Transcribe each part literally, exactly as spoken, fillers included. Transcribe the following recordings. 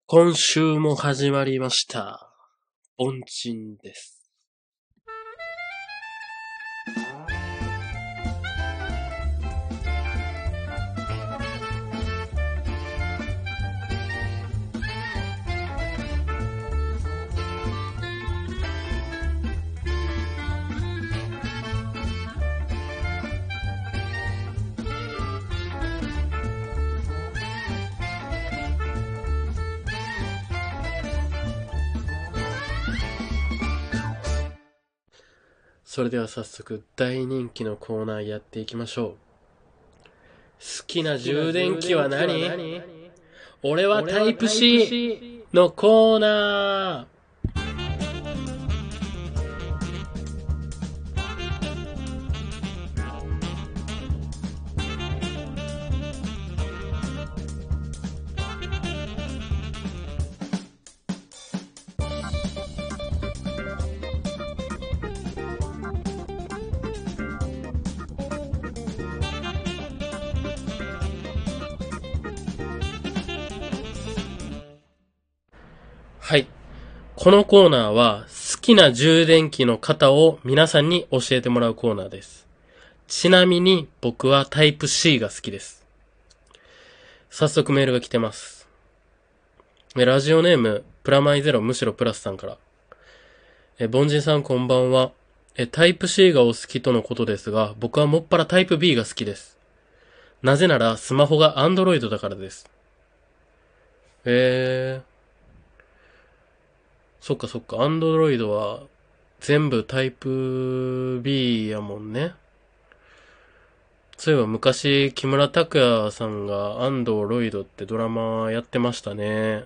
今週も始まりました。凡人です。それでは早速大人気のコーナーやっていきましょう。好きな充電器は何？俺はタイプ C のコーナー。はい。このコーナーは好きな充電器の型を皆さんに教えてもらうコーナーです。ちなみに僕はタイプ C が好きです。早速メールが来てます。ラジオネームプラマイゼロむしろプラスさんから。え、凡人さんこんばんは。え、タイプ C がお好きとのことですが、僕はもっぱらタイプ B が好きです。なぜならスマホが Android だからです。えー。そっかそっか、アンドロイドは全部タイプ B やもんね。そういえば昔、木村拓哉さんがアンドロイドってドラマやってましたね。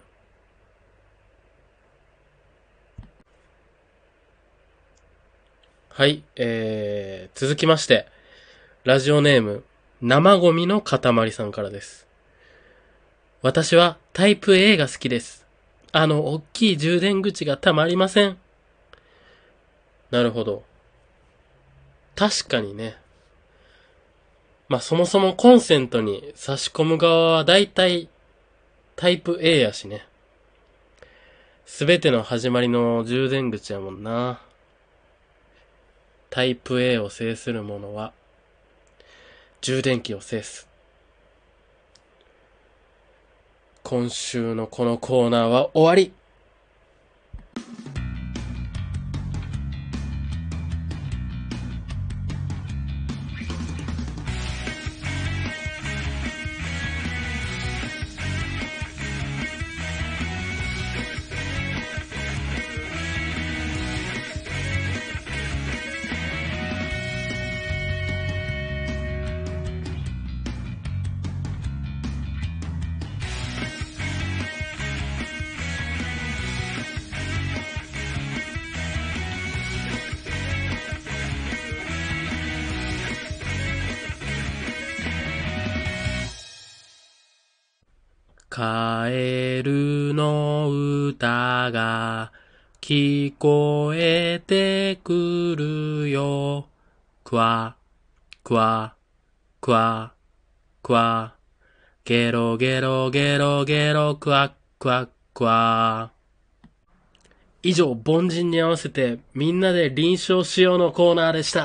はい、えー、続きまして、ラジオネーム、生ゴミの塊さんからです。私はタイプ A が好きです。あの、大きい充電口がたまりません。なるほど。確かにね。まあそもそもコンセントに差し込む側はだいたいタイプ A やしね。すべての始まりの充電口やもんな。タイプ A を制する者は充電器を制す。今週のこのコーナーは終わり。カエルの歌が聞こえてくるよ。クワ、クワ、クワ、クワ。ゲロゲロゲロゲロクワクワクワ。以上、凡人に合わせてみんなで臨床しようのコーナーでした。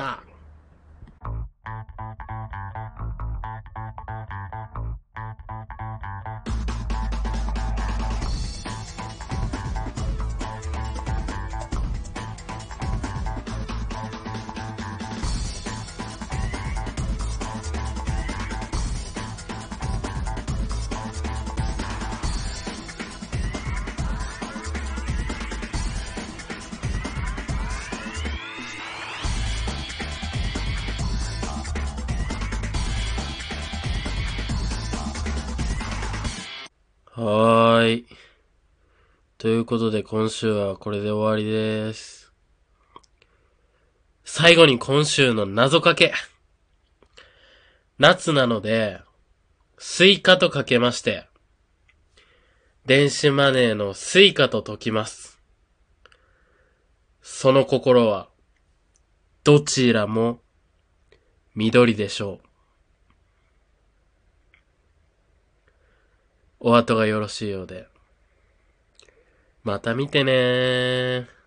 はーい。ということで今週はこれで終わりです。最後に今週の謎かけ。夏なので、スイカとかけまして、電子マネーのスイカと解きます。その心は、どちらも緑でしょう。お後がよろしいようで。 また見てねー。